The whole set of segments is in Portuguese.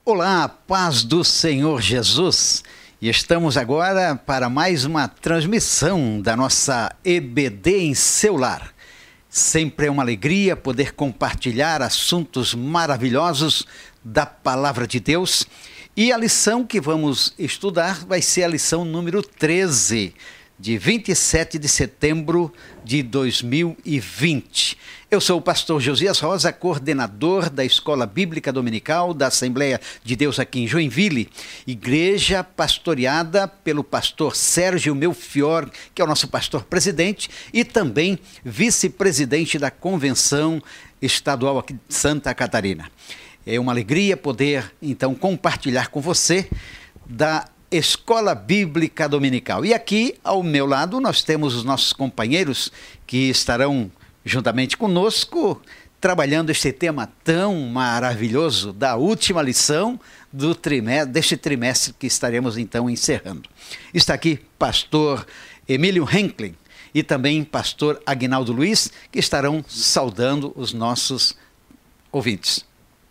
Olá, paz do Senhor Jesus. E estamos agora para mais uma transmissão da nossa EBD em seu lar. Sempre é uma alegria poder compartilhar assuntos maravilhosos da Palavra de Deus. E a lição que vamos estudar vai ser a lição número 13, de 27 de setembro de 2020. Eu sou o pastor Josias Rosa, coordenador da Escola Bíblica Dominical da Assembleia de Deus aqui em Joinville, igreja pastoreada pelo pastor Sérgio Melfior, que é o nosso pastor presidente e também vice-presidente da Convenção Estadual aqui de Santa Catarina. É uma alegria poder, então, compartilhar com você da Escola Bíblica Dominical. E aqui, ao meu lado, nós temos os nossos companheiros que estarão juntamente conosco, trabalhando este tema tão maravilhoso da última lição deste trimestre que estaremos então encerrando. Está aqui pastor Emílio Henklin e também pastor Aguinaldo Luiz, que estarão saudando os nossos ouvintes.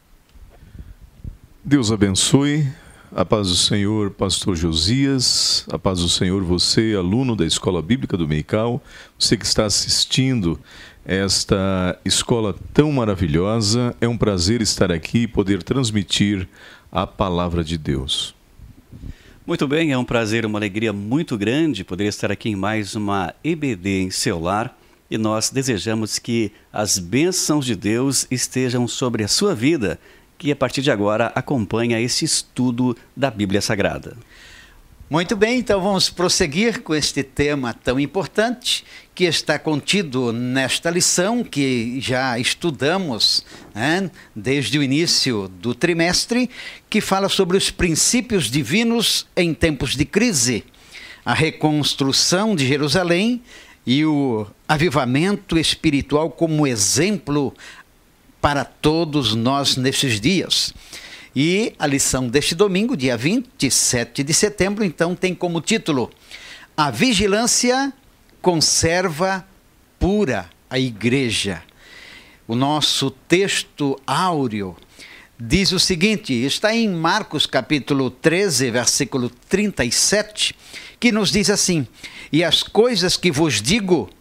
Deus abençoe. A paz do Senhor, pastor Josias, a paz do Senhor, você, aluno da Escola Bíblica Dominical, você que está assistindo esta escola tão maravilhosa, é um prazer estar aqui e poder transmitir a Palavra de Deus. Muito bem, é um prazer, uma alegria muito grande poder estar aqui em mais uma EBD em seu lar e nós desejamos que as bênçãos de Deus estejam sobre a sua vida, que a partir de agora acompanha esse estudo da Bíblia Sagrada. Muito bem, então vamos prosseguir com este tema tão importante que está contido nesta lição que já estudamos, né, desde o início do trimestre, que fala sobre os princípios divinos em tempos de crise, a reconstrução de Jerusalém e o avivamento espiritual como exemplo para todos nós nesses dias. E a lição deste domingo, dia 27 de setembro, então tem como título: A vigilância conserva pura a igreja. O nosso texto áureo diz o seguinte, está em Marcos capítulo 13, versículo 37, que nos diz assim: E as coisas que vos digo,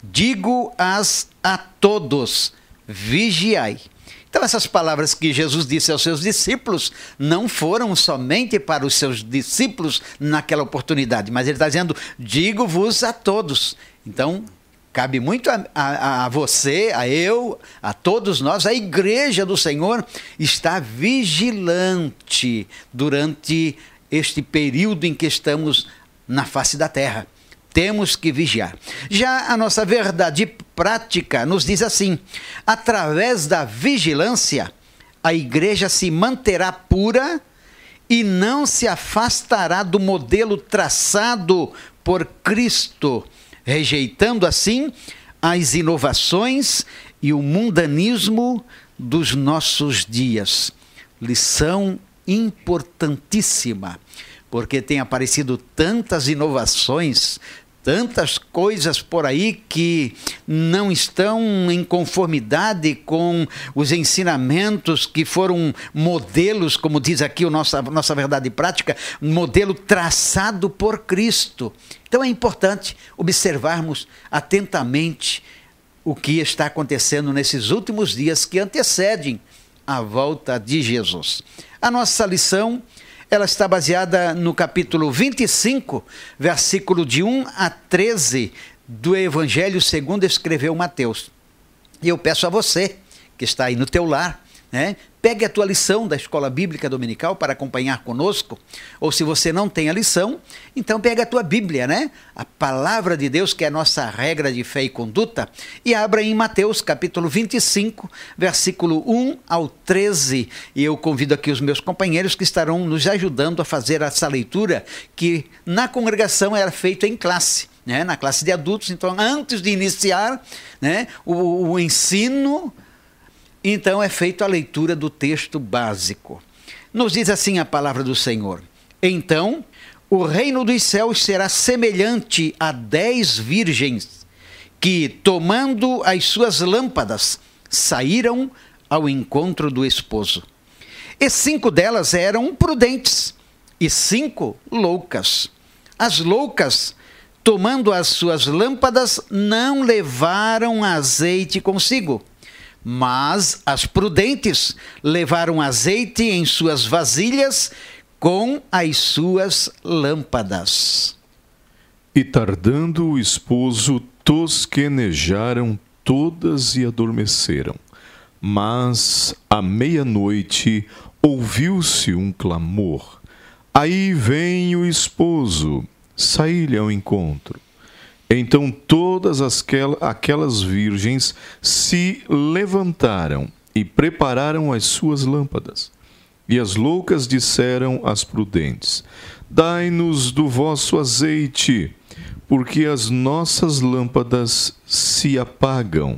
digo-as a todos, vigiai. Então essas palavras que Jesus disse aos seus discípulos não foram somente para os seus discípulos naquela oportunidade, mas ele está dizendo, digo-vos a todos. Então cabe muito a você, a eu, a todos nós, a igreja do Senhor está vigilante durante este período em que estamos na face da terra. Temos que vigiar. Já a nossa verdade prática nos diz assim: através da vigilância, a igreja se manterá pura e não se afastará do modelo traçado por Cristo, rejeitando assim as inovações e o mundanismo dos nossos dias. Lição importantíssima, porque tem aparecido tantas inovações, tantas coisas por aí que não estão em conformidade com os ensinamentos que foram modelos, como diz aqui a nossa verdade prática, um modelo traçado por Cristo. Então é importante observarmos atentamente o que está acontecendo nesses últimos dias que antecedem a volta de Jesus. A nossa lição, ela está baseada no capítulo 25, versículo de 1 a 13 do Evangelho segundo escreveu Mateus. E eu peço a você, que está aí no teu lar, né, pegue a tua lição da Escola Bíblica Dominical para acompanhar conosco, ou se você não tem a lição, então pega a tua Bíblia, né, a Palavra de Deus, que é a nossa regra de fé e conduta, e abra em Mateus capítulo 25, versículo 1 ao 13, e eu convido aqui os meus companheiros que estarão nos ajudando a fazer essa leitura, que na congregação era feita em classe, né, na classe de adultos. Então antes de iniciar, né, o ensino, então é feita a leitura do texto básico. Nos diz assim a palavra do Senhor: Então o reino dos céus será semelhante a 10 virgens que, tomando as suas lâmpadas, saíram ao encontro do esposo. E 5 delas eram prudentes e 5 loucas. As loucas, tomando as suas lâmpadas, não levaram azeite consigo. Mas as prudentes levaram azeite em suas vasilhas com as suas lâmpadas. E tardando o esposo, tosquenejaram todas e adormeceram. Mas à meia-noite ouviu-se um clamor. Aí vem o esposo, saí-lhe ao encontro. Então todas aquelas virgens se levantaram e prepararam as suas lâmpadas. E as loucas disseram às prudentes: dai-nos do vosso azeite, porque as nossas lâmpadas se apagam.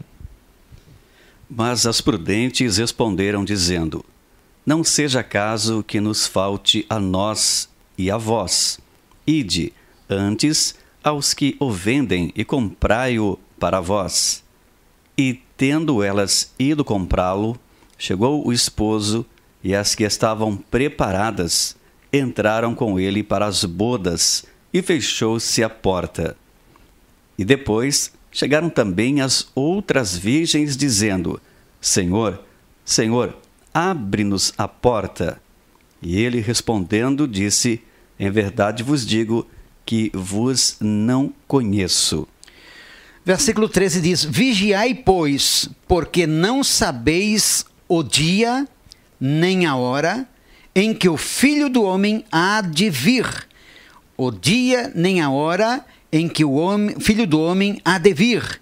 Mas as prudentes responderam, dizendo: não seja caso que nos falte a nós e a vós. Ide, antes, aos que o vendem e comprai-o para vós. E, tendo elas ido comprá-lo, chegou o esposo, e as que estavam preparadas entraram com ele para as bodas, e fechou-se a porta. E depois chegaram também as outras virgens, dizendo: Senhor, Senhor, abre-nos a porta. E ele respondendo disse: em verdade vos digo que vos não conheço. Versículo 13 diz: vigiai, pois, porque não sabeis o dia nem a hora em que o Filho do Homem há de vir. O dia nem a hora em que o Filho do Homem há de vir.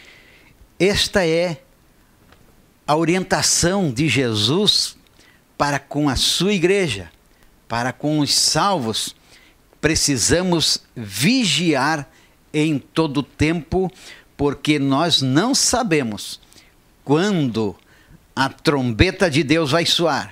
Esta é a orientação de Jesus para com a sua igreja, para com os salvos. Precisamos vigiar em todo tempo, porque nós não sabemos quando a trombeta de Deus vai soar,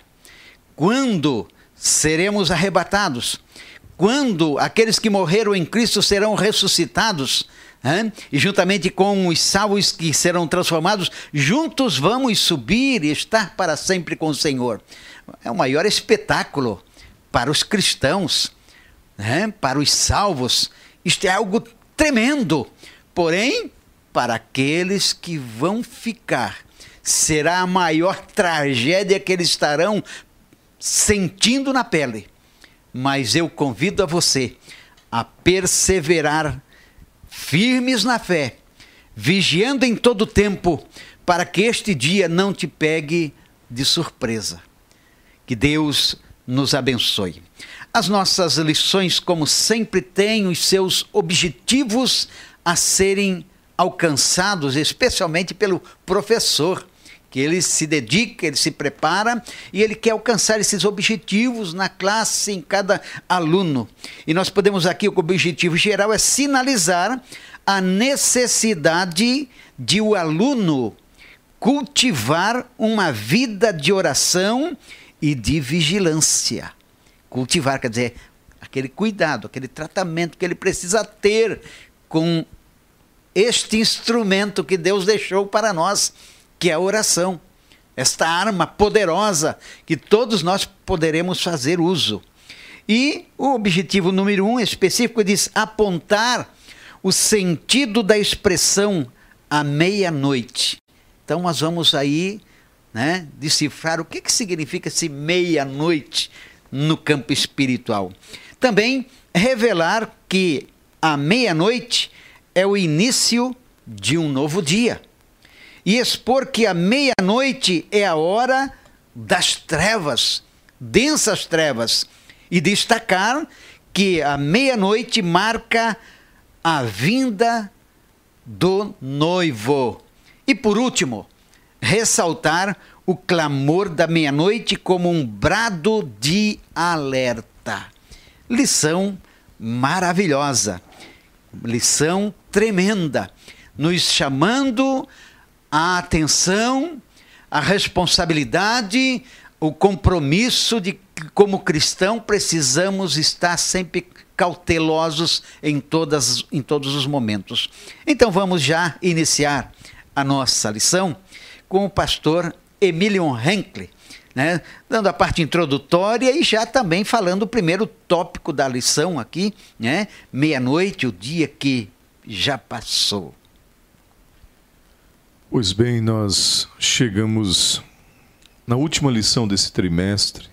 quando seremos arrebatados, quando aqueles que morreram em Cristo serão ressuscitados, e juntamente com os salvos que serão transformados, juntos vamos subir e estar para sempre com o Senhor. É o maior espetáculo para os cristãos, para os salvos. Isto é algo tremendo. Porém, para aqueles que vão ficar, será a maior tragédia que eles estarão sentindo na pele. Mas eu convido a você a perseverar firmes na fé, vigiando em todo tempo, para que este dia não te pegue de surpresa. Que Deus nos abençoe. As nossas lições, como sempre, têm os seus objetivos a serem alcançados, especialmente pelo professor, que ele se dedica, ele se prepara e ele quer alcançar esses objetivos na classe, em cada aluno. E nós podemos aqui, o objetivo geral é sinalizar a necessidade de o aluno cultivar uma vida de oração e de vigilância. Cultivar quer dizer aquele cuidado, aquele tratamento que ele precisa ter com este instrumento que Deus deixou para nós, que é a oração. Esta arma poderosa que todos nós poderemos fazer uso. E o objetivo número 1 específico diz apontar o sentido da expressão à meia-noite. Então nós vamos aí, decifrar o que significa esse meia-noite no campo espiritual. Também revelar que a meia-noite é o início de um novo dia. E expor que a meia-noite é a hora das trevas, densas trevas. E destacar que a meia-noite marca a vinda do noivo. E por último, ressaltar o clamor da meia-noite como um brado de alerta. Lição maravilhosa, lição tremenda, nos chamando a atenção, a responsabilidade, o compromisso de que, como cristão, precisamos estar sempre cautelosos em todos os momentos. Então vamos já iniciar a nossa lição com o pastor Emilion Henkel, né, dando a parte introdutória e já também falando o primeiro tópico da lição aqui, né, meia-noite, o dia que já passou. Pois bem, nós chegamos na última lição desse trimestre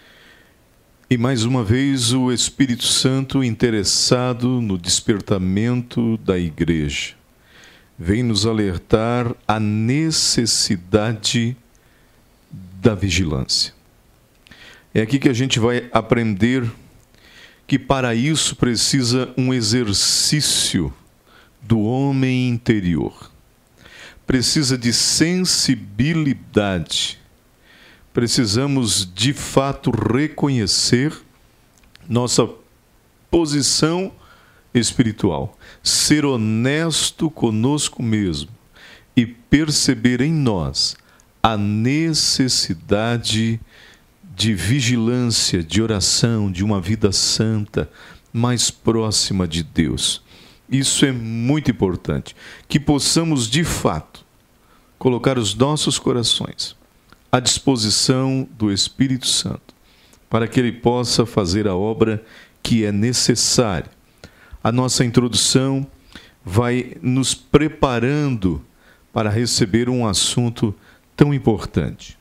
e mais uma vez o Espírito Santo, interessado no despertamento da igreja, vem nos alertar a necessidade da vigilância. É aqui que a gente vai aprender que para isso precisa um exercício do homem interior. Precisa de sensibilidade. Precisamos, de fato, reconhecer nossa posição espiritual, ser honesto conosco mesmo e perceber em nós a necessidade de vigilância, de oração, de uma vida santa, mais próxima de Deus. Isso é muito importante, que possamos, de fato, colocar os nossos corações à disposição do Espírito Santo, para que Ele possa fazer a obra que é necessária. A nossa introdução vai nos preparando para receber um assunto tão importante.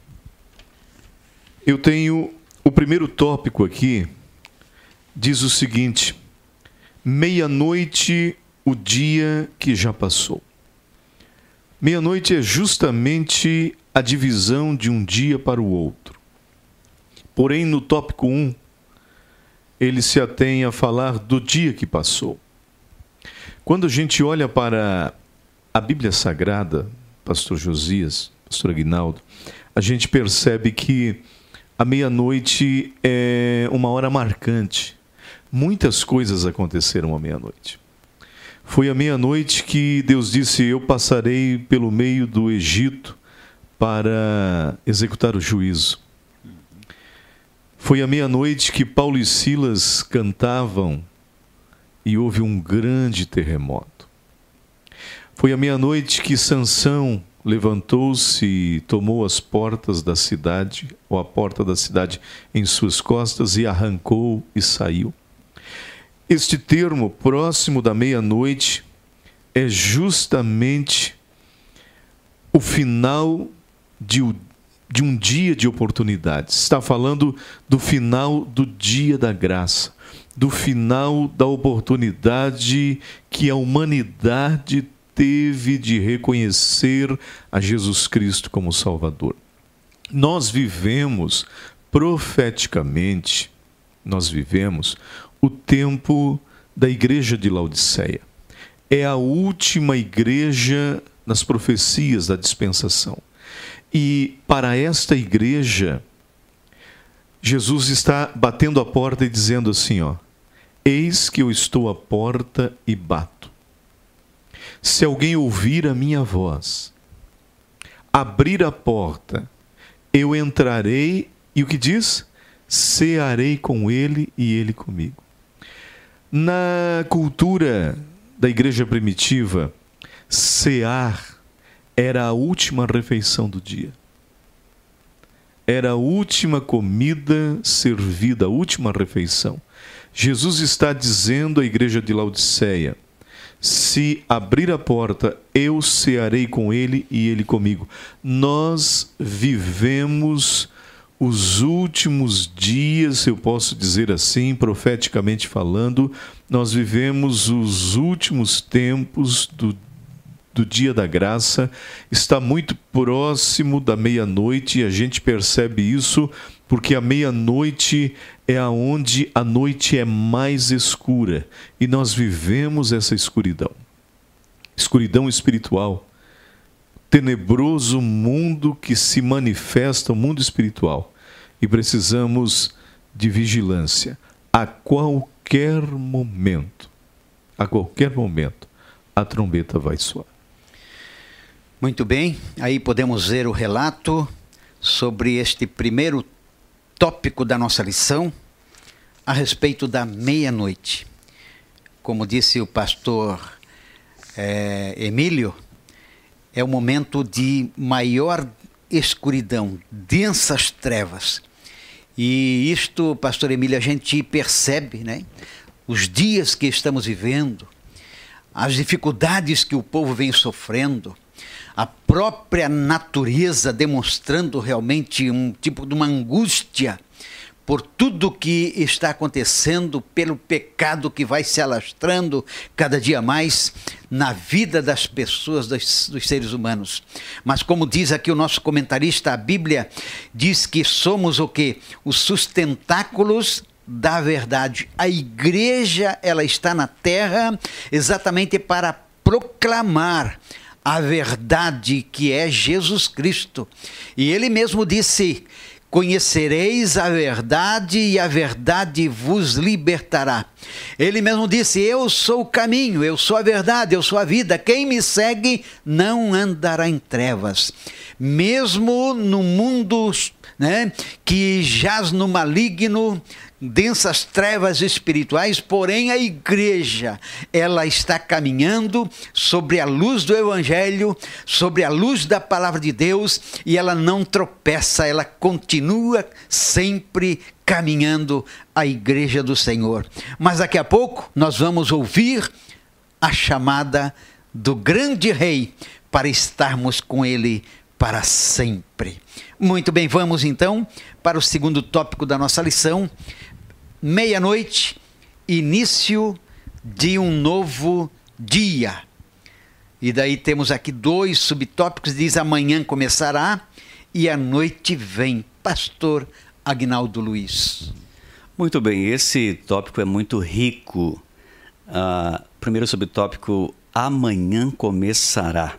Eu tenho o primeiro tópico aqui, diz o seguinte: meia-noite, o dia que já passou. Meia-noite é justamente a divisão de um dia para o outro. Porém, no tópico 1, ele se atém a falar do dia que passou. Quando a gente olha para a Bíblia Sagrada, pastor Josias, pastor Aguinaldo, a gente percebe que a meia-noite é uma hora marcante. Muitas coisas aconteceram à meia-noite. Foi à meia-noite que Deus disse: eu passarei pelo meio do Egito para executar o juízo. Foi à meia-noite que Paulo e Silas cantavam e houve um grande terremoto. Foi à meia-noite que Sansão levantou-se e tomou as portas da cidade, ou a porta da cidade em suas costas, e arrancou e saiu. Este termo, próximo da meia-noite, é justamente o final de um dia de oportunidades. Está falando do final do dia da graça, do final da oportunidade que a humanidade teve de reconhecer a Jesus Cristo como Salvador. Nós vivemos profeticamente, o tempo da igreja de Laodiceia. É a última igreja nas profecias da dispensação. E para esta igreja, Jesus está batendo a porta e dizendo assim, eis que eu estou à porta e bato. Se alguém ouvir a minha voz, abrir a porta, eu entrarei e o que diz? Cearei com ele e ele comigo. Na cultura da igreja primitiva, cear era a última refeição do dia. Era a última comida servida, a última refeição. Jesus está dizendo à igreja de Laodiceia: se abrir a porta, eu cearei com ele e ele comigo. Nós vivemos os últimos dias, eu posso dizer assim, profeticamente falando, nós vivemos os últimos tempos do dia da graça. Está muito próximo da meia-noite e a gente percebe isso porque a meia-noite é aonde a noite é mais escura e nós vivemos essa escuridão. Escuridão espiritual. Tenebroso mundo que se manifesta, o mundo espiritual. E precisamos de vigilância. A qualquer momento, a trombeta vai soar. Muito bem, aí podemos ver o relato sobre este primeiro tópico da nossa lição, a respeito da meia-noite. Como disse o pastor Emílio, é o momento de maior escuridão, densas trevas. E isto, pastor Emílio, a gente percebe, né? Os dias que estamos vivendo, as dificuldades que o povo vem sofrendo, a própria natureza demonstrando realmente um tipo de uma angústia por tudo que está acontecendo, pelo pecado que vai se alastrando cada dia mais na vida das pessoas, dos seres humanos. Mas como diz aqui o nosso comentarista, a Bíblia diz que somos o quê? Os sustentáculos da verdade. A igreja, ela está na terra exatamente para proclamar a verdade que é Jesus Cristo. E ele mesmo disse: conhecereis a verdade e a verdade vos libertará. Ele mesmo disse: eu sou o caminho, eu sou a verdade, eu sou a vida. Quem me segue não andará em trevas. Mesmo no mundo, né, que jaz no maligno, densas trevas espirituais, porém a igreja, ela está caminhando sobre a luz do Evangelho, sobre a luz da palavra de Deus, e ela não tropeça, ela continua sempre caminhando, a igreja do Senhor. Mas daqui a pouco nós vamos ouvir a chamada do grande rei para estarmos com ele para sempre. Muito bem, vamos então para o segundo tópico da nossa lição. Meia-noite, início de um novo dia. E daí temos aqui 2 subtópicos, diz: amanhã começará e a noite vem. Pastor Agnaldo Luiz. Muito bem, esse tópico é muito rico. Primeiro subtópico: amanhã começará.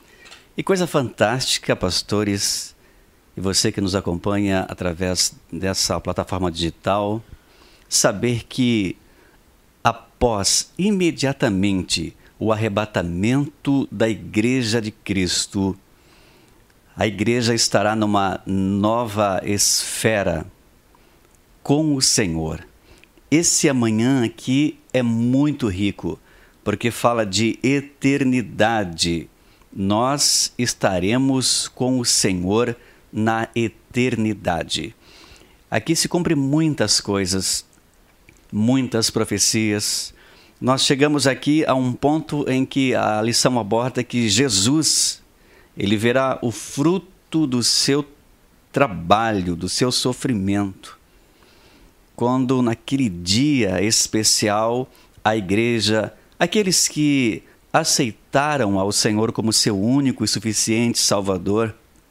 E coisa fantástica, pastores, e você que nos acompanha através dessa plataforma digital, saber que após imediatamente o arrebatamento da Igreja de Cristo, a Igreja estará numa nova esfera com o Senhor. Esse amanhã aqui é muito rico, porque fala de eternidade. Nós estaremos com o Senhor na eternidade. Aqui se cumpre muitas coisas, muitas profecias. Nós chegamos aqui a um ponto em que a lição aborda que Jesus, ele verá o fruto do seu trabalho, do seu sofrimento. Quando naquele dia especial, a igreja, aqueles que aceitaram ao Senhor como seu único e suficiente Salvador,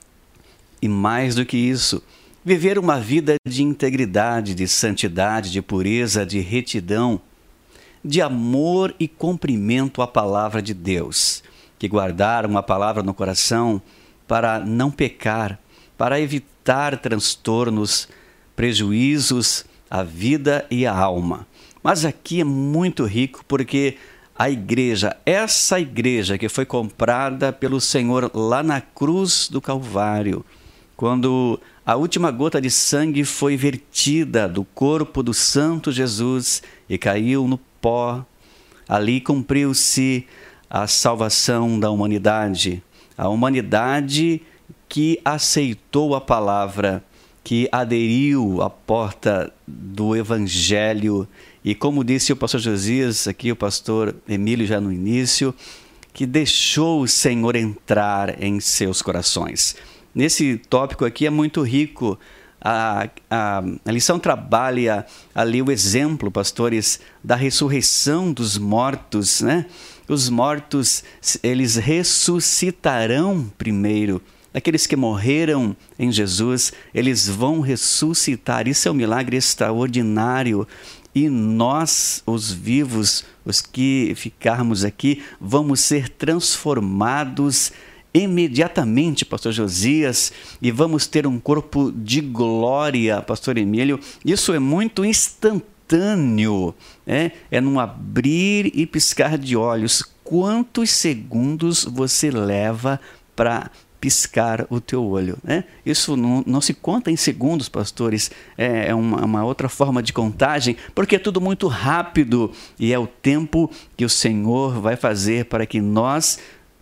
e mais do que isso, viver uma vida de integridade, de santidade, de pureza, de retidão, de amor e cumprimento à palavra de Deus, que guardaram a palavra no coração para não pecar, para evitar transtornos, prejuízos à vida e à alma. Mas aqui é muito rico porque a igreja, essa igreja que foi comprada pelo Senhor lá na cruz do Calvário, quando a última gota de sangue foi vertida do corpo do Santo Jesus e caiu no pó, ali cumpriu-se a salvação da humanidade. A humanidade que aceitou a palavra, que aderiu à porta do Evangelho. E como disse o pastor Josias, aqui o pastor Emílio já no início, que deixou o Senhor entrar em seus corações. Nesse tópico aqui é muito rico. A lição trabalha ali o exemplo, pastores, da ressurreição dos mortos, né? Os mortos, eles ressuscitarão primeiro. Aqueles que morreram em Jesus, eles vão ressuscitar. Isso é um milagre extraordinário. E nós, os vivos, os que ficarmos aqui, vamos ser transformados imediatamente, pastor Josias, e vamos ter um corpo de glória, pastor Emílio. Isso é muito instantâneo, né? É num abrir e piscar de olhos. Quantos segundos você leva para piscar o teu olho, né? Isso não se conta em segundos, pastores, é uma outra forma de contagem, porque é tudo muito rápido e é o tempo que o Senhor vai fazer para que nós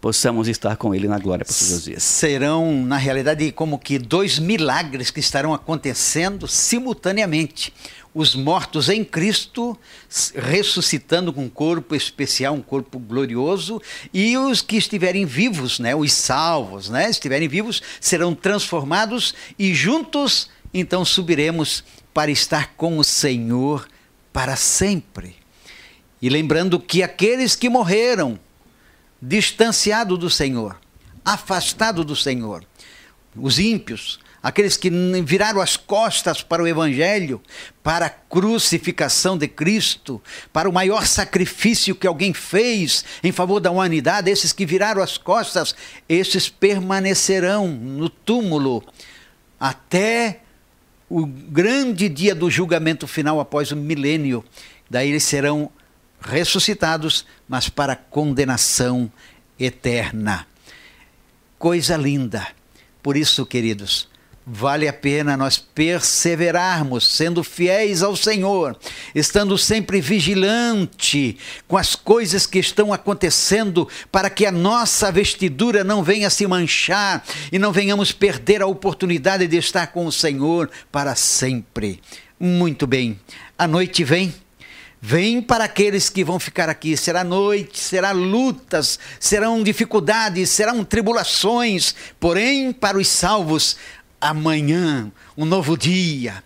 possamos estar com Ele na glória, pastor Josias. Serão, na realidade, como que 2 milagres que estarão acontecendo simultaneamente. Os mortos em Cristo ressuscitando com um corpo especial, um corpo glorioso, e os que estiverem vivos, né, os salvos, né, estiverem vivos, serão transformados e juntos, então, subiremos para estar com o Senhor para sempre. E lembrando que aqueles que morreram distanciados do Senhor, afastados do Senhor, os ímpios, aqueles que viraram as costas para o Evangelho, para a crucificação de Cristo, para o maior sacrifício que alguém fez em favor da humanidade, esses que viraram as costas, esses permanecerão no túmulo até o grande dia do julgamento final após o milênio. Daí eles serão ressuscitados, mas para condenação eterna. Coisa linda. Por isso, queridos, vale a pena nós perseverarmos, sendo fiéis ao Senhor, estando sempre vigilante com as coisas que estão acontecendo, para que a nossa vestidura não venha se manchar e não venhamos perder a oportunidade de estar com o Senhor para sempre. Muito bem, a noite vem. Vem para aqueles que vão ficar aqui, será noite, será lutas, serão dificuldades, serão tribulações, porém para os salvos, amanhã, um novo dia,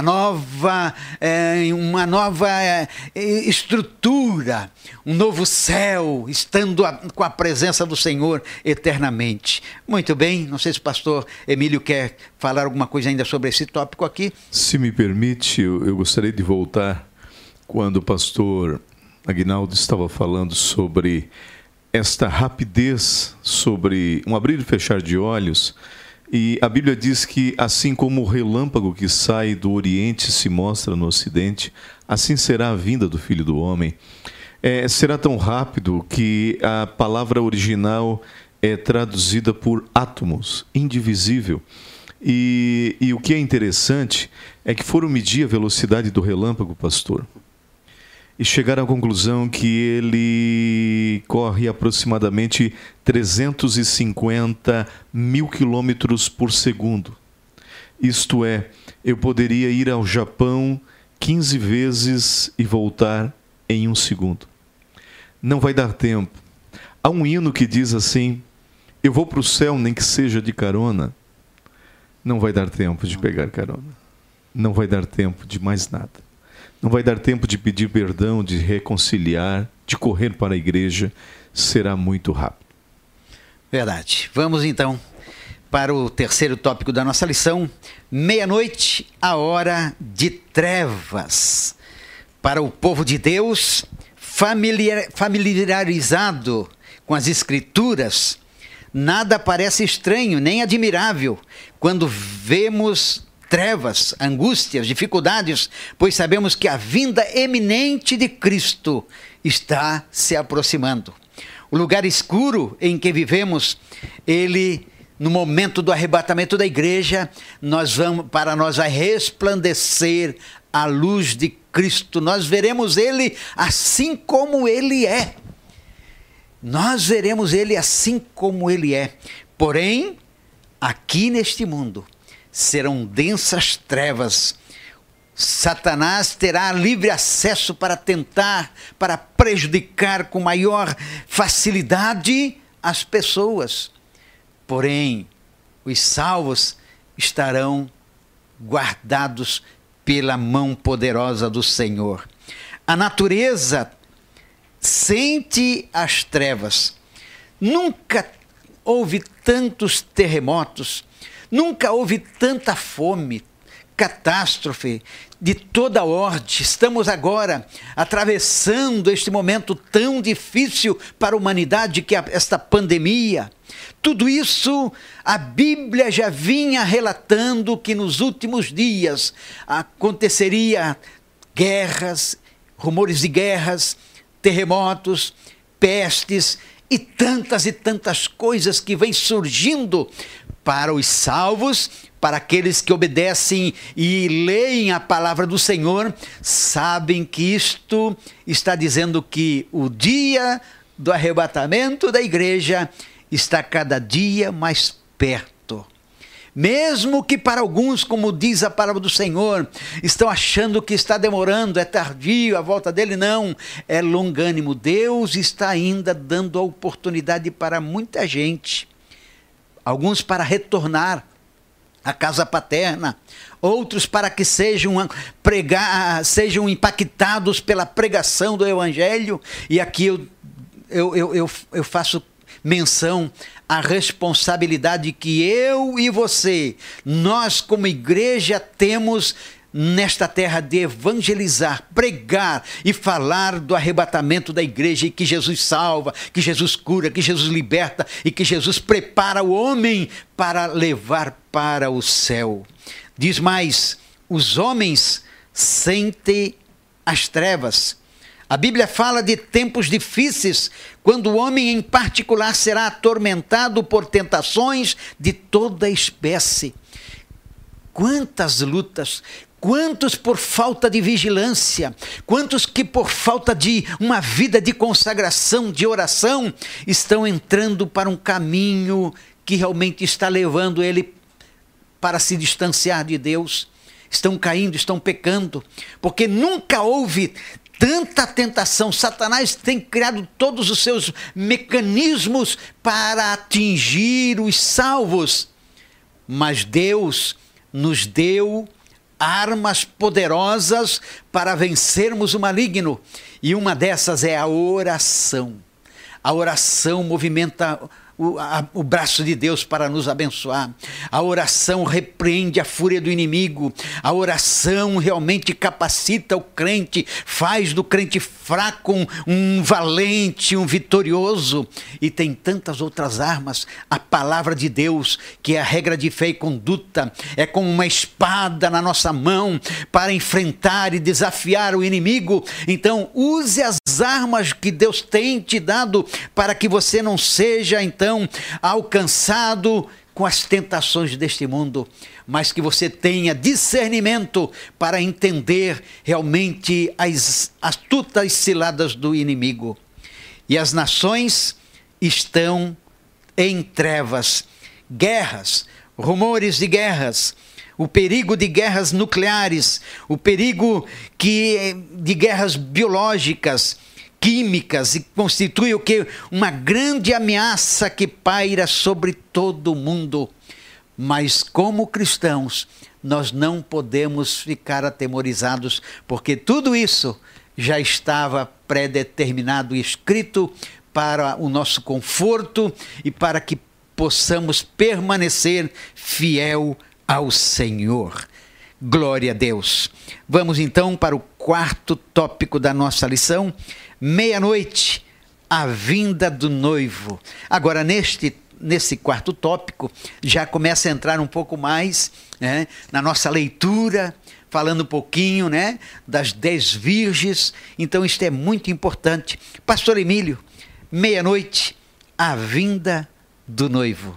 uma nova estrutura, um novo céu, estando com a presença do Senhor eternamente. Muito bem, não sei se o pastor Emílio quer falar alguma coisa ainda sobre esse tópico aqui. Se me permite, eu gostaria de voltar quando o pastor Aguinaldo estava falando sobre esta rapidez, sobre um abrir e fechar de olhos. E a Bíblia diz que assim como o relâmpago que sai do Oriente se mostra no Ocidente, assim será a vinda do Filho do Homem. Será tão rápido que a palavra original é traduzida por átomos, indivisível. E o que é interessante é que foram medir a velocidade do relâmpago, pastor, e chegaram à conclusão que ele corre aproximadamente 350 mil quilômetros por segundo. Isto é, eu poderia ir ao Japão 15 vezes e voltar em 1 segundo. Não vai dar tempo. Há um hino que diz assim: eu vou para o céu nem que seja de carona. Não vai dar tempo de pegar carona. Não vai dar tempo de mais nada. Não vai dar tempo de pedir perdão, de reconciliar, de correr para a igreja. Será muito rápido. Verdade. Vamos então para o terceiro tópico da nossa lição. Meia-noite, a hora de trevas. Para o povo de Deus, familiarizado com as Escrituras, nada parece estranho nem admirável quando vemos trevas, angústias, dificuldades, pois sabemos que a vinda eminente de Cristo está se aproximando. O lugar escuro em que vivemos, no momento do arrebatamento da igreja, para nós vai resplandecer a luz de Cristo. Nós veremos Ele assim como Ele é. Nós veremos Ele assim como Ele é. Porém, aqui neste mundo, serão densas trevas. Satanás terá livre acesso para tentar, para prejudicar com maior facilidade as pessoas. Porém, os salvos estarão guardados pela mão poderosa do Senhor. A natureza sente as trevas. Nunca houve tantos terremotos, nunca houve tanta fome, catástrofe de toda ordem. Estamos agora atravessando este momento tão difícil para a humanidade, que é esta pandemia. Tudo isso a Bíblia já vinha relatando que nos últimos dias aconteceria guerras, rumores de guerras, terremotos, pestes e tantas coisas que vêm surgindo para os salvos, para aqueles que obedecem e leem a palavra do Senhor, sabem que isto está dizendo que o dia do arrebatamento da igreja está cada dia mais perto. Mesmo que para alguns, como diz a palavra do Senhor, estão achando que está demorando, é tardio a volta dele, não, é longânimo. Deus está ainda dando a oportunidade para muita gente, alguns para retornar à casa paterna, outros para que sejam impactados pela pregação do Evangelho. E aqui eu faço menção à responsabilidade que eu e você, nós como igreja, temos nesta terra de evangelizar, pregar e falar do arrebatamento da igreja, e que Jesus salva, que Jesus cura, que Jesus liberta e que Jesus prepara o homem para levar para o céu. Diz mais: os homens sentem as trevas. A Bíblia fala de tempos difíceis, quando o homem em particular será atormentado por tentações de toda espécie. Quantas lutas, quantos por falta de vigilância, quantos que por falta de uma vida de consagração, de oração, estão entrando para um caminho que realmente está levando ele para se distanciar de Deus. Estão caindo, estão pecando, porque nunca houve tanta tentação. Satanás tem criado todos os seus mecanismos para atingir os salvos, mas Deus nos deu armas poderosas para vencermos o maligno, e uma dessas é a oração. A oração movimenta o braço de Deus para nos abençoar. A oração repreende a fúria do inimigo. A oração realmente capacita o crente, faz do crente fraco um valente, um vitorioso. E tem tantas outras armas. A palavra de Deus, que é a regra de fé e conduta, é como uma espada na nossa mão para enfrentar e desafiar o inimigo. Então, use as armas que Deus tem te dado para que você não seja, então, alcançado com as tentações deste mundo, mas que você tenha discernimento para entender realmente as astutas ciladas do inimigo. E as nações estão em trevas, guerras, rumores de guerras, o perigo de guerras nucleares, o perigo de guerras biológicas, químicas, e constitui o que? Uma grande ameaça que paira sobre todo o mundo. Mas como cristãos, nós não podemos ficar atemorizados, porque tudo isso já estava predeterminado e escrito para o nosso conforto e para que possamos permanecer fiel ao Senhor. Glória a Deus. Vamos então para o quarto tópico da nossa lição: meia-noite, a vinda do noivo. Agora, nesse quarto tópico, já começa a entrar um pouco mais, né, na nossa leitura, falando um pouquinho, né, das 10 virgens. Então, isto é muito importante. Pastor Emílio, meia-noite, a vinda do noivo.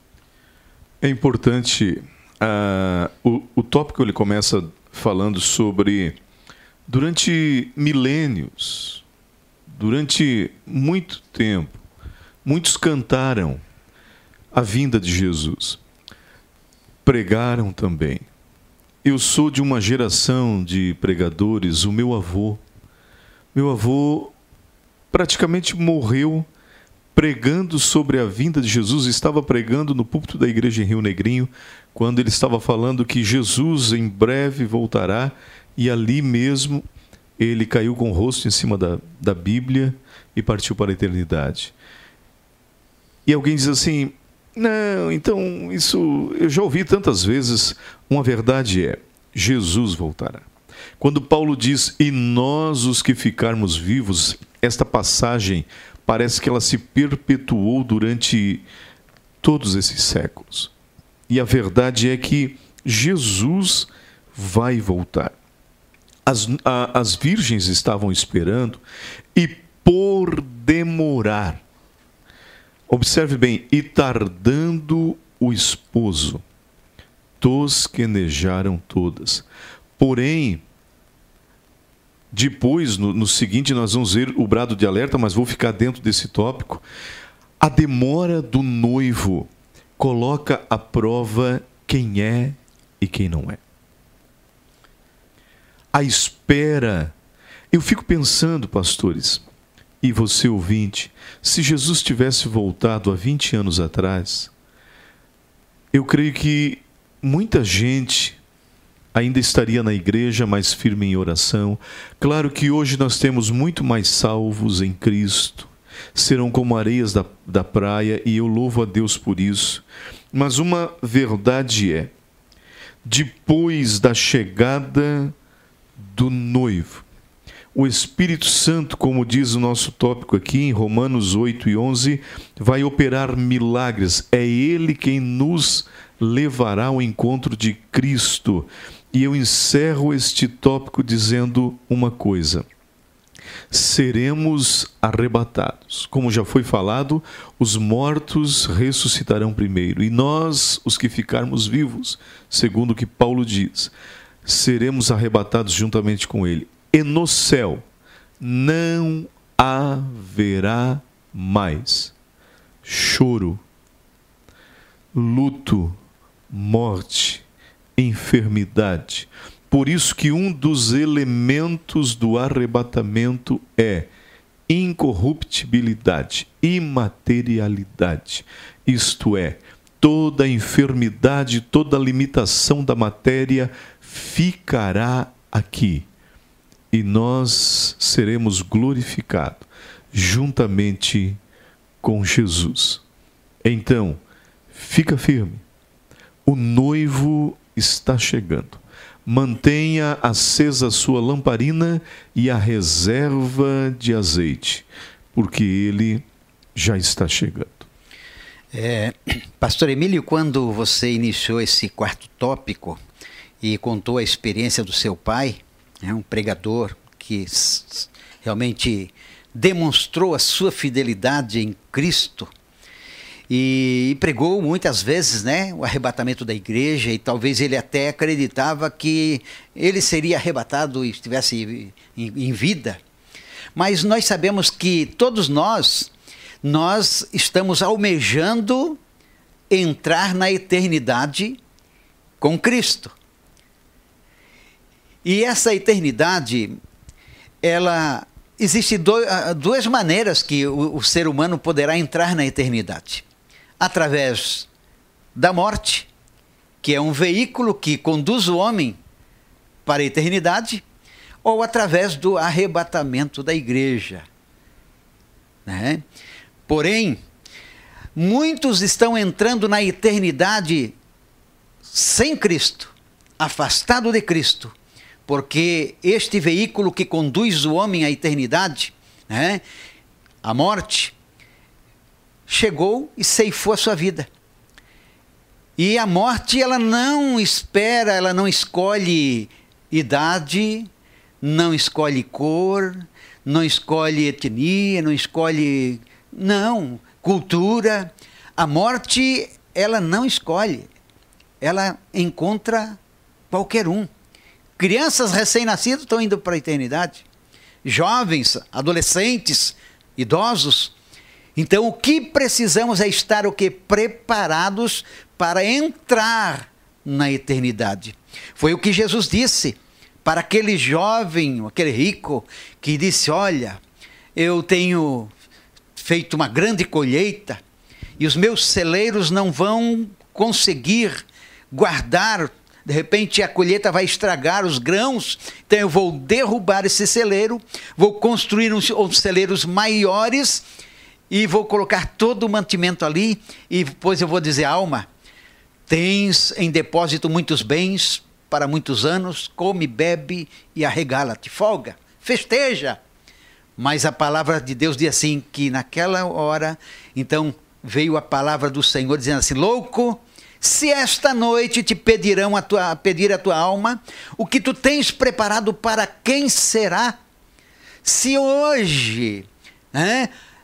É importante, o tópico ele começa falando sobre, durante milênios, durante muito tempo, muitos cantaram a vinda de Jesus, pregaram também. Eu sou de uma geração de pregadores. O meu avô praticamente morreu pregando sobre a vinda de Jesus. Estava pregando no púlpito da igreja em Rio Negrinho, quando ele estava falando que Jesus em breve voltará, e ali mesmo ele caiu com o rosto em cima da Bíblia e partiu para a eternidade. E alguém diz assim: não, então isso eu já ouvi tantas vezes. Uma verdade é, Jesus voltará. Quando Paulo diz, e nós os que ficarmos vivos, esta passagem parece que ela se perpetuou durante todos esses séculos. E a verdade é que Jesus vai voltar. As virgens estavam esperando, e por demorar, observe bem, e tardando o esposo, tosquenejaram todas. Porém, Depois, no seguinte, nós vamos ver o brado de alerta, mas vou ficar dentro desse tópico. A demora do noivo coloca à prova quem é e quem não é. A espera. Eu fico pensando, pastores, e você ouvinte, se Jesus tivesse voltado há 20 anos atrás, eu creio que muita gente ainda estaria na igreja mais firme em oração. Claro que hoje nós temos muito mais salvos em Cristo, serão como areias da praia, e eu louvo a Deus por isso. Mas uma verdade é, depois da chegada do noivo, o Espírito Santo, como diz o nosso tópico aqui em Romanos 8 e 11, vai operar milagres. É Ele quem nos levará ao encontro de Cristo. E eu encerro este tópico dizendo uma coisa: seremos arrebatados. Como já foi falado, os mortos ressuscitarão primeiro, e nós, os que ficarmos vivos, segundo o que Paulo diz, seremos arrebatados juntamente com ele. E no céu não haverá mais choro, luto, morte, enfermidade. Por isso que um dos elementos do arrebatamento é incorruptibilidade, imaterialidade. Isto é, toda enfermidade, toda limitação da matéria ficará aqui. E nós seremos glorificados juntamente com Jesus. Então, fica firme. O noivo está chegando. Mantenha acesa a sua lamparina e a reserva de azeite, porque ele já está chegando. Pastor Emílio, quando você iniciou esse quarto tópico e contou a experiência do seu pai, um pregador que realmente demonstrou a sua fidelidade em Cristo, e pregou muitas vezes, o arrebatamento da igreja, e talvez ele até acreditava que ele seria arrebatado e estivesse em vida. Mas nós sabemos que todos nós estamos almejando entrar na eternidade com Cristo. E essa eternidade, existe duas maneiras que o ser humano poderá entrar na eternidade. Através da morte, que é um veículo que conduz o homem para a eternidade, ou através do arrebatamento da igreja. Porém, muitos estão entrando na eternidade sem Cristo, afastado de Cristo, porque este veículo que conduz o homem à eternidade, a morte, chegou e ceifou a sua vida. E a morte, ela não espera, ela não escolhe idade, não escolhe cor, não escolhe etnia, não escolhe, cultura. A morte, ela não escolhe, ela encontra qualquer um. Crianças recém-nascidas estão indo para a eternidade, jovens, adolescentes, idosos. Então, o que precisamos é estar preparados para entrar na eternidade. Foi o que Jesus disse para aquele jovem, aquele rico, que disse: olha, eu tenho feito uma grande colheita e os meus celeiros não vão conseguir guardar. De repente a colheita vai estragar os grãos, então eu vou derrubar esse celeiro, vou construir uns celeiros maiores e vou colocar todo o mantimento ali, e depois eu vou dizer: alma, tens em depósito muitos bens para muitos anos, come, bebe e arregala-te, folga, festeja. Mas a palavra de Deus diz assim, que naquela hora, então veio a palavra do Senhor dizendo assim: louco, se esta noite te pedir a tua alma, o que tu tens preparado para quem será? Se hoje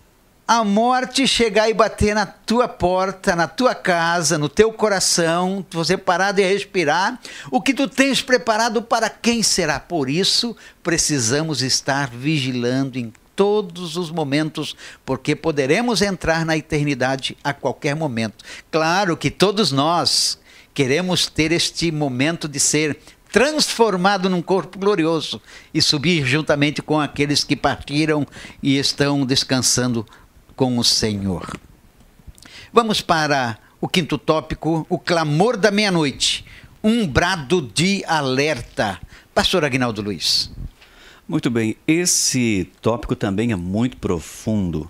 a morte chegar e bater na tua porta, na tua casa, no teu coração, você parar de respirar, o que tu tens preparado para quem será? Por isso, precisamos estar vigilando em todos os momentos, porque poderemos entrar na eternidade a qualquer momento. Claro que todos nós queremos ter este momento de ser transformado num corpo glorioso e subir juntamente com aqueles que partiram e estão descansando com o Senhor. Vamos para o quinto tópico, o clamor da meia-noite, um brado de alerta. Pastor Aguinaldo Luiz. Muito bem, esse tópico também é muito profundo,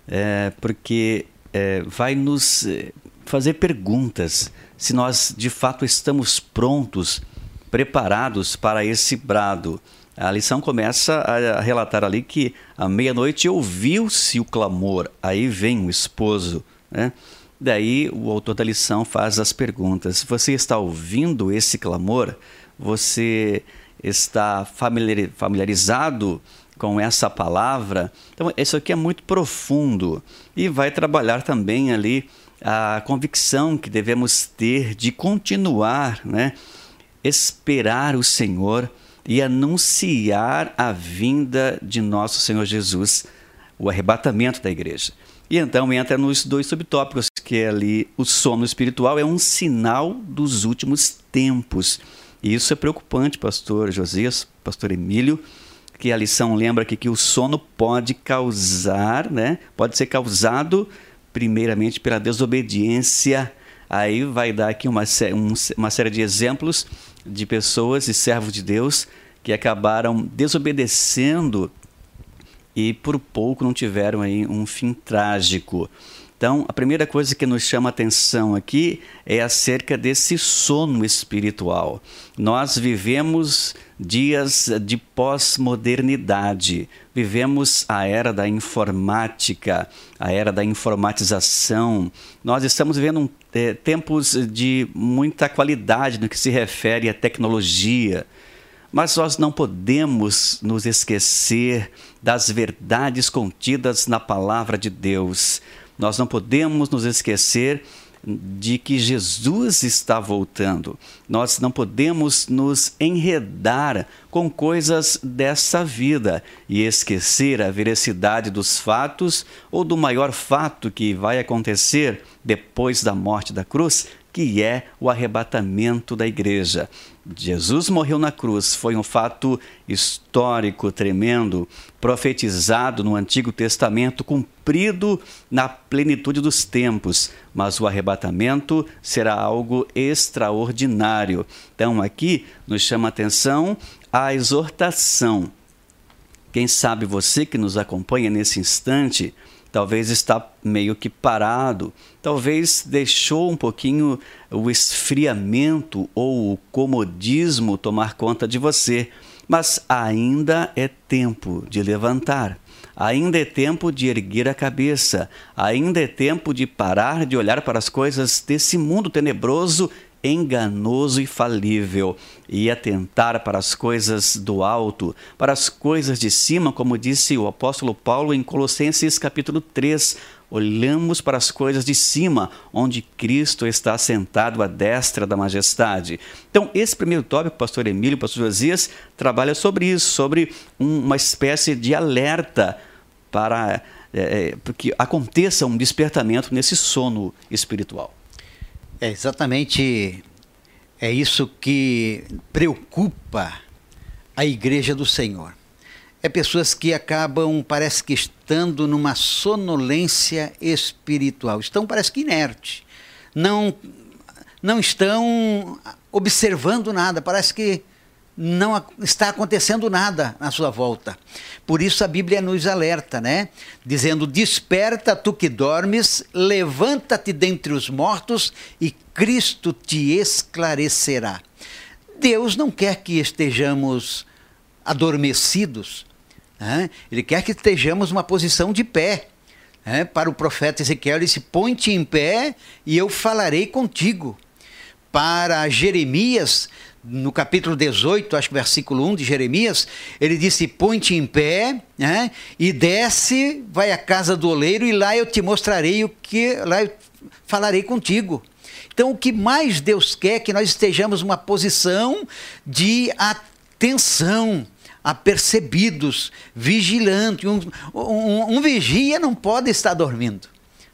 porque vai nos fazer perguntas se nós de fato estamos prontos, preparados para esse brado. A lição começa a relatar ali que à meia-noite ouviu-se o clamor, aí vem o esposo, né? Daí o autor da lição faz as perguntas. Você está ouvindo esse clamor? Você está familiarizado com essa palavra? Então, isso aqui é muito profundo e vai trabalhar também ali a convicção que devemos ter de continuar, né? Esperar o Senhor e anunciar a vinda de nosso Senhor Jesus, o arrebatamento da igreja. E então entra nos dois subtópicos, que é ali o sono espiritual é um sinal dos últimos tempos. E isso é preocupante, pastor Josias, pastor Emílio, que a lição lembra que o sono pode causar, né? Pode ser causado primeiramente pela desobediência. Aí vai dar aqui uma série de exemplos de pessoas e servos de Deus que acabaram desobedecendo e por pouco não tiveram aí um fim trágico. Então, a primeira coisa que nos chama a atenção aqui é acerca desse sono espiritual. Nós vivemos dias de pós-modernidade, vivemos a era da informática, a era da informatização. Nós estamos vivendo tempos de muita qualidade no que se refere à tecnologia. Mas nós não podemos nos esquecer das verdades contidas na palavra de Deus. Nós não podemos nos esquecer de que Jesus está voltando. Nós não podemos nos enredar com coisas dessa vida e esquecer a veracidade dos fatos ou do maior fato que vai acontecer depois da morte da cruz, que é o arrebatamento da igreja. Jesus morreu na cruz, foi um fato histórico, tremendo, profetizado no Antigo Testamento, cumprido na plenitude dos tempos, mas o arrebatamento será algo extraordinário. Então aqui nos chama a atenção a exortação. Quem sabe você que nos acompanha nesse instante, talvez está meio que parado, talvez deixou um pouquinho o esfriamento ou o comodismo tomar conta de você, mas ainda é tempo de levantar, ainda é tempo de erguer a cabeça, ainda é tempo de parar de olhar para as coisas desse mundo tenebroso, enganoso e falível, e atentar para as coisas do alto, para as coisas de cima, como disse o apóstolo Paulo em Colossenses capítulo 3, olhamos para as coisas de cima, onde Cristo está sentado à destra da majestade. Então, esse primeiro tópico, pastor Emílio, pastor Josias, trabalha sobre isso, sobre uma espécie de alerta para que aconteça um despertamento nesse sono espiritual. É exatamente isso que preocupa a igreja do Senhor. É pessoas que acabam, parece que estando numa sonolência espiritual. Estão, parece que inertes. Não estão observando nada. Parece que não está acontecendo nada na sua volta. Por isso a Bíblia nos alerta, né? Dizendo, desperta tu que dormes, levanta-te dentre os mortos e Cristo te esclarecerá. Deus não quer que estejamos adormecidos, né? Ele quer que estejamos numa posição de pé. Para o profeta Ezequiel, ele disse, põe-te em pé e eu falarei contigo. Para Jeremias, no capítulo 18, acho que versículo 1 de Jeremias, ele disse: põe-te em pé, né, e desce, vai à casa do oleiro, e lá eu te mostrarei lá eu falarei contigo. Então, o que mais Deus quer é que nós estejamos numa posição de atenção, apercebidos, vigilantes. Um vigia não pode estar dormindo.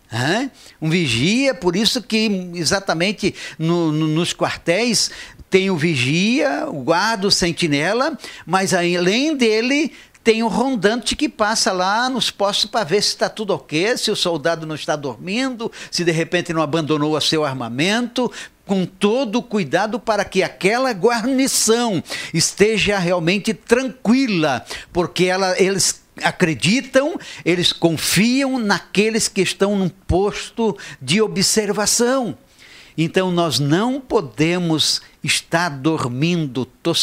Um vigia, por isso que exatamente nos quartéis tem o vigia, o guarda, o sentinela, mas além dele tem o rondante que passa lá nos postos para ver se está tudo ok, se o soldado não está dormindo, se de repente não abandonou o seu armamento, com todo o cuidado para que aquela guarnição esteja realmente tranquila, porque eles acreditam, eles confiam naqueles que estão num posto de observação. Então nós não podemos estar dormindo,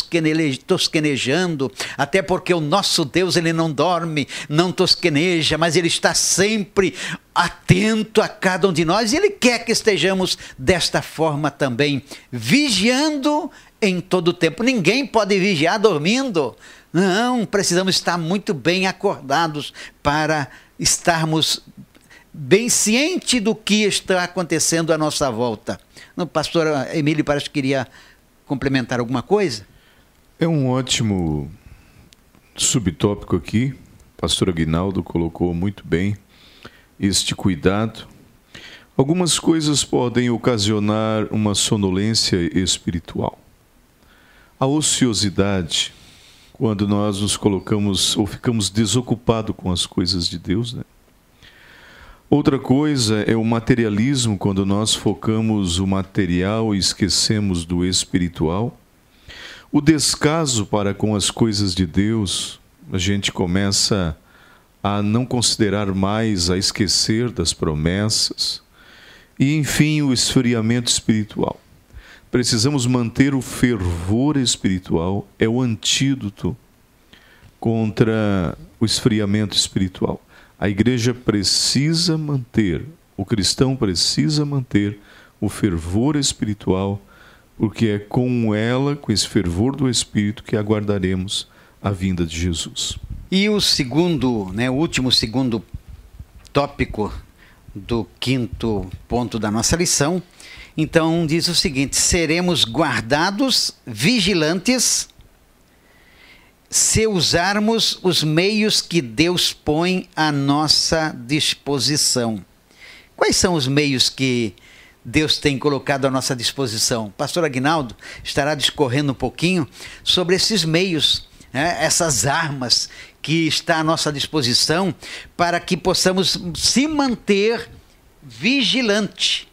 tosquenejando, até porque o nosso Deus, ele não dorme, não tosqueneja, mas ele está sempre atento a cada um de nós, e ele quer que estejamos desta forma também, vigiando em todo o tempo. Ninguém pode vigiar dormindo. Não, precisamos estar muito bem acordados para estarmos bem ciente do que está acontecendo à nossa volta. O pastor Emílio parece que queria complementar alguma coisa. É um ótimo subtópico aqui. O pastor Aguinaldo colocou muito bem este cuidado. Algumas coisas podem ocasionar uma sonolência espiritual. A ociosidade, quando nós nos colocamos ou ficamos desocupados com as coisas de Deus, né? Outra coisa é o materialismo, quando nós focamos o material e esquecemos do espiritual. O descaso para com as coisas de Deus, a gente começa a não considerar mais, a esquecer das promessas. E, enfim, o esfriamento espiritual. Precisamos manter o fervor espiritual, é o antídoto contra o esfriamento espiritual. A igreja precisa manter, o cristão precisa manter o fervor espiritual, porque é com ela, com esse fervor do Espírito, que aguardaremos a vinda de Jesus. E o último segundo tópico do 5º ponto da nossa lição, então diz o seguinte: seremos guardados, vigilantes, se usarmos os meios que Deus põe à nossa disposição. Quais são os meios que Deus tem colocado à nossa disposição? O pastor Aguinaldo estará discorrendo um pouquinho sobre esses meios, essas armas que estão à nossa disposição para que possamos se manter vigilante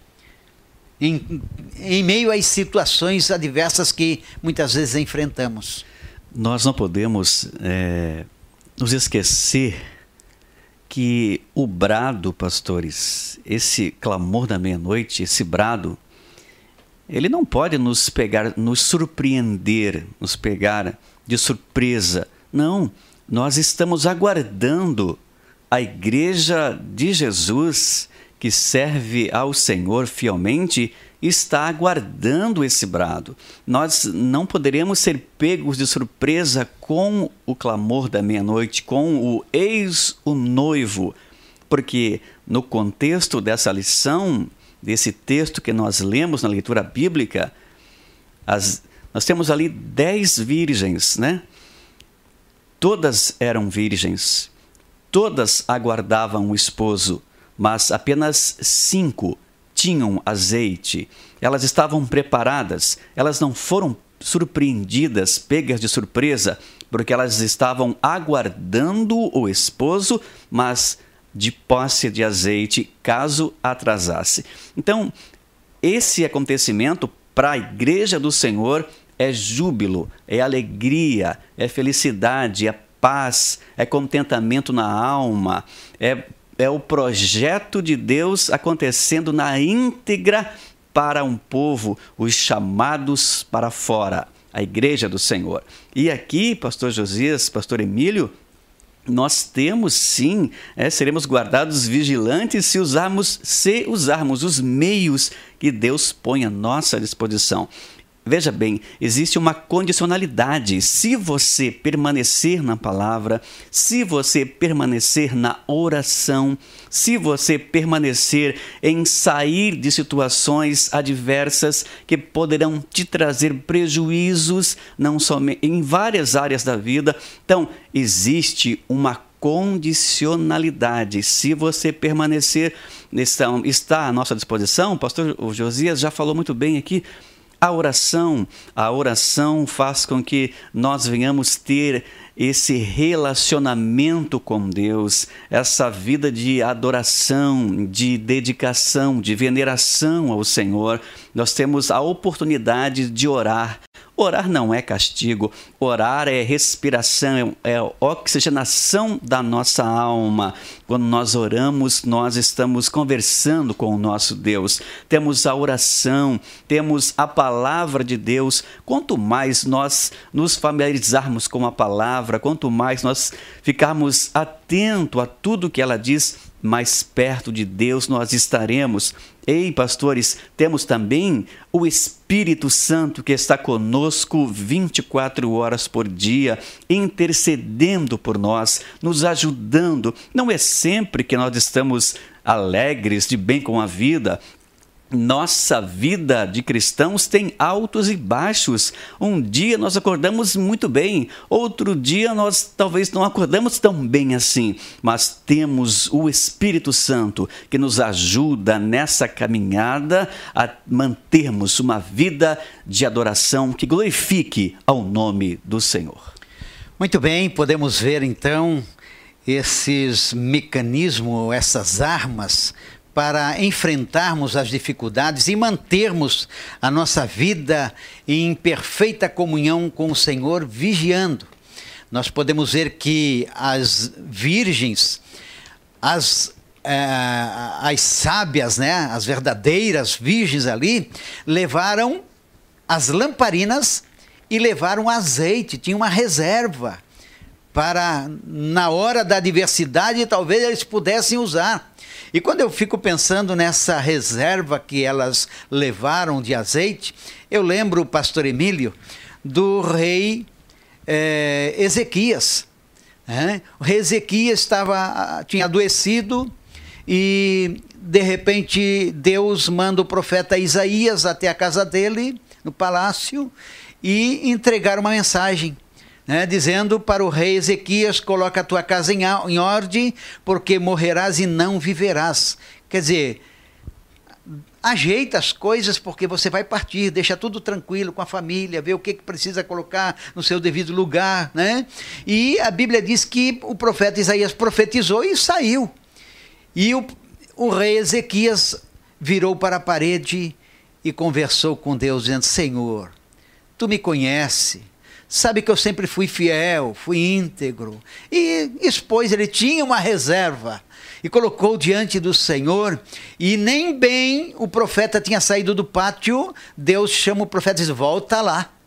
em meio às situações adversas que muitas vezes enfrentamos. Nós não podemos nos esquecer que o brado, pastores, esse clamor da meia-noite, esse brado, ele não pode nos pegar, nos surpreender, nos pegar de surpresa. Não, nós estamos aguardando a igreja de Jesus, que serve ao Senhor fielmente, está aguardando esse brado. Nós não poderemos ser pegos de surpresa com o clamor da meia-noite, com o eis o noivo, porque no contexto dessa lição, desse texto que nós lemos na leitura bíblica, nós temos ali 10 virgens, né? Todas eram virgens, todas aguardavam o esposo, mas apenas 5 tinham azeite. Elas estavam preparadas, elas não foram surpreendidas, pegas de surpresa, porque elas estavam aguardando o esposo, mas de posse de azeite, caso atrasasse. Então, esse acontecimento para a igreja do Senhor é júbilo, é alegria, é felicidade, é paz, é contentamento na alma, é o projeto de Deus acontecendo na íntegra para um povo, os chamados para fora, a igreja do Senhor. E aqui, pastor Josias, pastor Emílio, nós temos sim, seremos guardados vigilantes se usarmos os meios que Deus põe à nossa disposição. veja bem, existe uma condicionalidade. Se você permanecer na palavra, se você permanecer na oração, se você permanecer em sair de situações adversas que poderão te trazer prejuízos, não somente em várias áreas da vida, então existe uma condicionalidade. Se você permanecer, está à nossa disposição. O pastor Josias já falou muito bem aqui. A oração faz com que nós venhamos ter esse relacionamento com Deus, essa vida de adoração, de dedicação, de veneração ao Senhor. Nós temos a oportunidade de orar. Orar não é castigo, orar é respiração, é oxigenação da nossa alma. Quando nós oramos, nós estamos conversando com o nosso Deus. Temos a oração, temos a palavra de Deus. Quanto mais nós nos familiarizarmos com a palavra, quanto mais nós ficarmos atentos a tudo que ela diz, mais perto de Deus nós estaremos. Ei, pastores, temos também o Espírito Santo que está conosco 24 horas por dia, intercedendo por nós, nos ajudando. Não é sempre que nós estamos alegres, de bem com a vida. Nossa vida de cristãos tem altos e baixos. Um dia nós acordamos muito bem, outro dia nós talvez não acordamos tão bem assim, mas temos o Espírito Santo que nos ajuda nessa caminhada a mantermos uma vida de adoração que glorifique ao nome do Senhor. Muito bem, podemos ver então esses mecanismos, essas armas para enfrentarmos as dificuldades e mantermos a nossa vida em perfeita comunhão com o Senhor, vigiando. Nós podemos ver que as virgens, as sábias, né, as verdadeiras virgens ali, levaram as lamparinas e levaram azeite, tinha uma reserva para, na hora da adversidade, talvez eles pudessem usar. E quando eu fico pensando nessa reserva que elas levaram de azeite, eu lembro, pastor Emílio, do rei Ezequias. O rei Ezequias tinha adoecido e, de repente, Deus manda o profeta Isaías até a casa dele, no palácio, e entregar uma mensagem. Dizendo para o rei Ezequias: coloca a tua casa em ordem, porque morrerás e não viverás. Quer dizer, ajeita as coisas porque você vai partir, deixa tudo tranquilo com a família, vê o que precisa colocar no seu devido lugar, né? E a Bíblia diz que o profeta Isaías profetizou e saiu. E o rei Ezequias virou para a parede e conversou com Deus, dizendo: Senhor, tu me conheces, sabe que eu sempre fui fiel, fui íntegro. E expôs, ele tinha uma reserva e colocou diante do Senhor. E nem bem o profeta tinha saído do pátio, Deus chama o profeta e diz: volta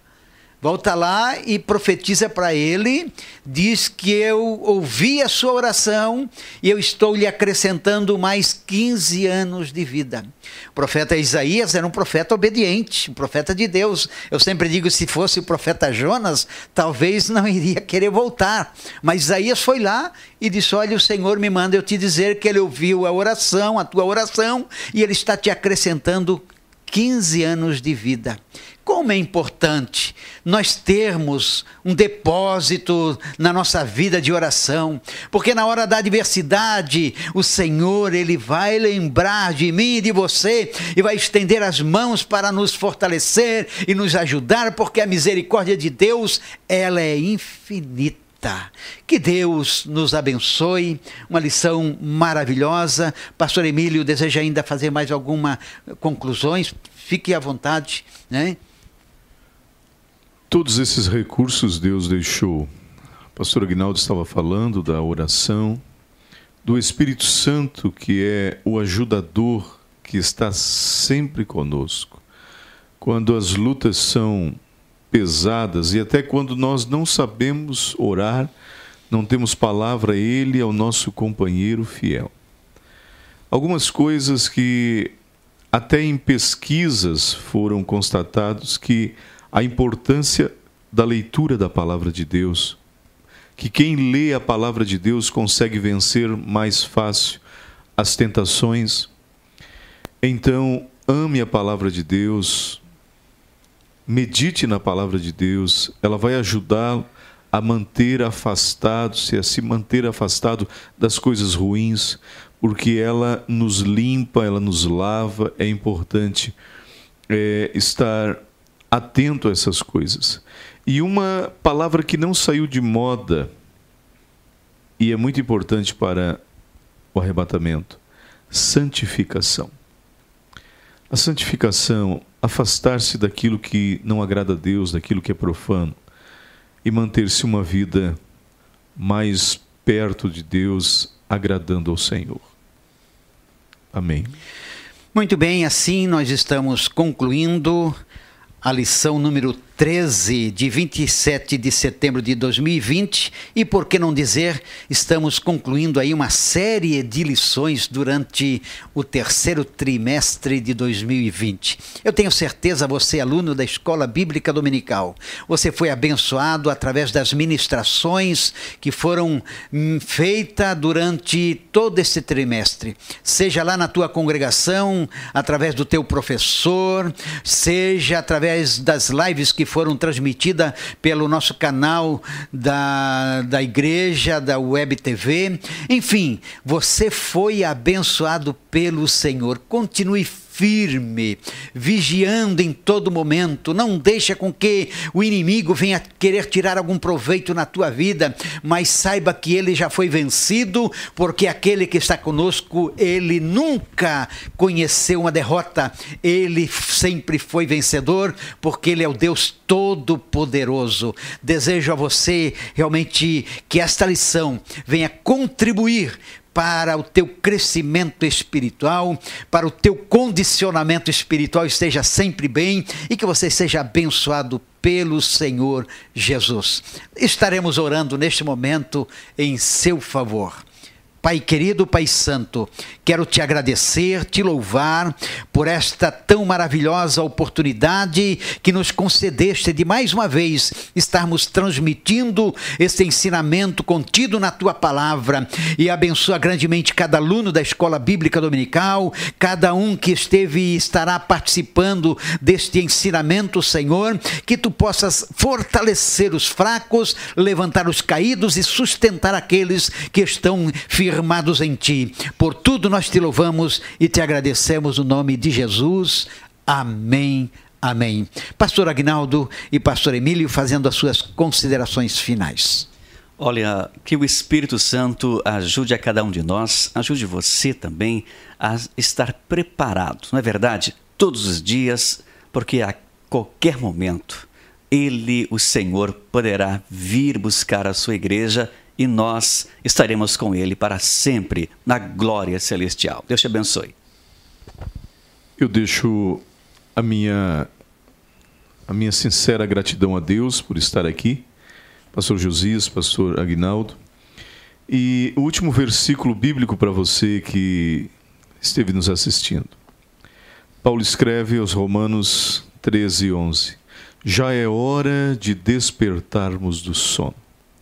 lá e profetiza para ele, diz que eu ouvi a sua oração e eu estou lhe acrescentando mais 15 anos de vida. O profeta Isaías era um profeta obediente, um profeta de Deus. Eu sempre digo, se fosse o profeta Jonas, talvez não iria querer voltar. Mas Isaías foi lá e disse: olha, o Senhor me manda eu te dizer que ele ouviu a oração, a tua oração, e ele está te acrescentando 15 anos de vida. Como é importante nós termos um depósito na nossa vida de oração, porque na hora da adversidade, o Senhor, Ele vai lembrar de mim e de você, e vai estender as mãos para nos fortalecer e nos ajudar, porque a misericórdia de Deus, ela é infinita. Que Deus nos abençoe, uma lição maravilhosa. Pastor Emílio deseja ainda fazer mais algumas conclusões? Fique à vontade, né? Todos esses recursos Deus deixou. O pastor Aguinaldo estava falando da oração, do Espírito Santo, que é o ajudador que está sempre conosco. Quando as lutas são pesadas e até quando nós não sabemos orar, não temos palavra, Ele é o nosso companheiro fiel. Algumas coisas que até em pesquisas foram constatados que a importância da leitura da palavra de Deus, que quem lê a palavra de Deus consegue vencer mais fácil as tentações. Então, ame a palavra de Deus, medite na palavra de Deus, ela vai ajudá-lo a manter afastado-se, a se manter afastado das coisas ruins, porque ela nos limpa, ela nos lava. É importante estar atento a essas coisas. E uma palavra que não saiu de moda e é muito importante para o arrebatamento: santificação. A santificação, afastar-se daquilo que não agrada a Deus, daquilo que é profano, e manter-se uma vida mais perto de Deus, agradando ao Senhor. Amém. Muito bem, assim nós estamos concluindo a lição número 13, de 27 de setembro de 2020, e por que não dizer, estamos concluindo aí uma série de lições durante o terceiro trimestre de 2020. Eu tenho certeza, você, aluno da Escola Bíblica Dominical, você foi abençoado através das ministrações que foram feitas durante todo esse trimestre, seja lá na tua congregação, através do teu professor, seja através das lives que foram transmitidas pelo nosso canal da igreja, da Web TV. Enfim, você foi abençoado pelo Senhor. Continue firme, vigiando em todo momento. Não deixa com que o inimigo venha querer tirar algum proveito na tua vida, mas saiba que ele já foi vencido, porque aquele que está conosco, ele nunca conheceu uma derrota. Ele sempre foi vencedor, porque ele é o Deus Todo-Poderoso. Desejo a você realmente que esta lição venha contribuir para o teu crescimento espiritual, para o teu condicionamento espiritual esteja sempre bem e que você seja abençoado pelo Senhor Jesus. Estaremos orando neste momento em seu favor. Pai querido, Pai santo, quero te agradecer, te louvar por esta tão maravilhosa oportunidade que nos concedeste de mais uma vez estarmos transmitindo esse ensinamento contido na tua palavra, e abençoa grandemente cada aluno da Escola Bíblica Dominical, cada um que esteve e estará participando deste ensinamento, Senhor, que tu possas fortalecer os fracos, levantar os caídos e sustentar aqueles que estão firmados em ti. Por tudo nós te louvamos e te agradecemos no nome de Jesus. Amém. Amém. Pastor Aguinaldo e Pastor Emílio fazendo as suas considerações finais. Olha, que o Espírito Santo ajude a cada um de nós, ajude você também a estar preparado, não é verdade? Todos os dias, porque a qualquer momento Ele, o Senhor, poderá vir buscar a sua igreja e nós estaremos com Ele para sempre na glória celestial. Deus te abençoe. Eu deixo a minha sincera gratidão a Deus por estar aqui, Pastor Josias, Pastor Aguinaldo. E o último versículo bíblico para você que esteve nos assistindo. Paulo escreve aos Romanos 13:11. Já é hora de despertarmos do sono,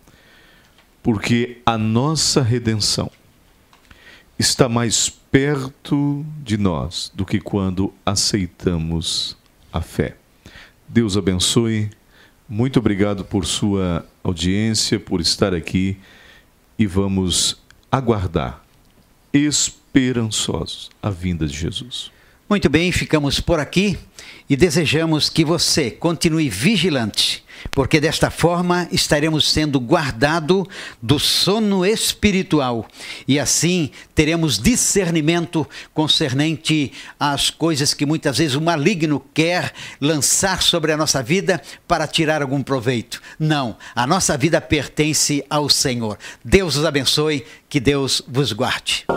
porque a nossa redenção está mais perto de nós do que quando aceitamos a fé. Deus abençoe. Muito obrigado por sua audiência, por estar aqui, e vamos aguardar, esperançosos, a vinda de Jesus. Muito bem, ficamos por aqui e desejamos que você continue vigilante, porque desta forma estaremos sendo guardados do sono espiritual e assim teremos discernimento concernente às coisas que muitas vezes o maligno quer lançar sobre a nossa vida para tirar algum proveito. Não, a nossa vida pertence ao Senhor. Deus os abençoe, que Deus vos guarde.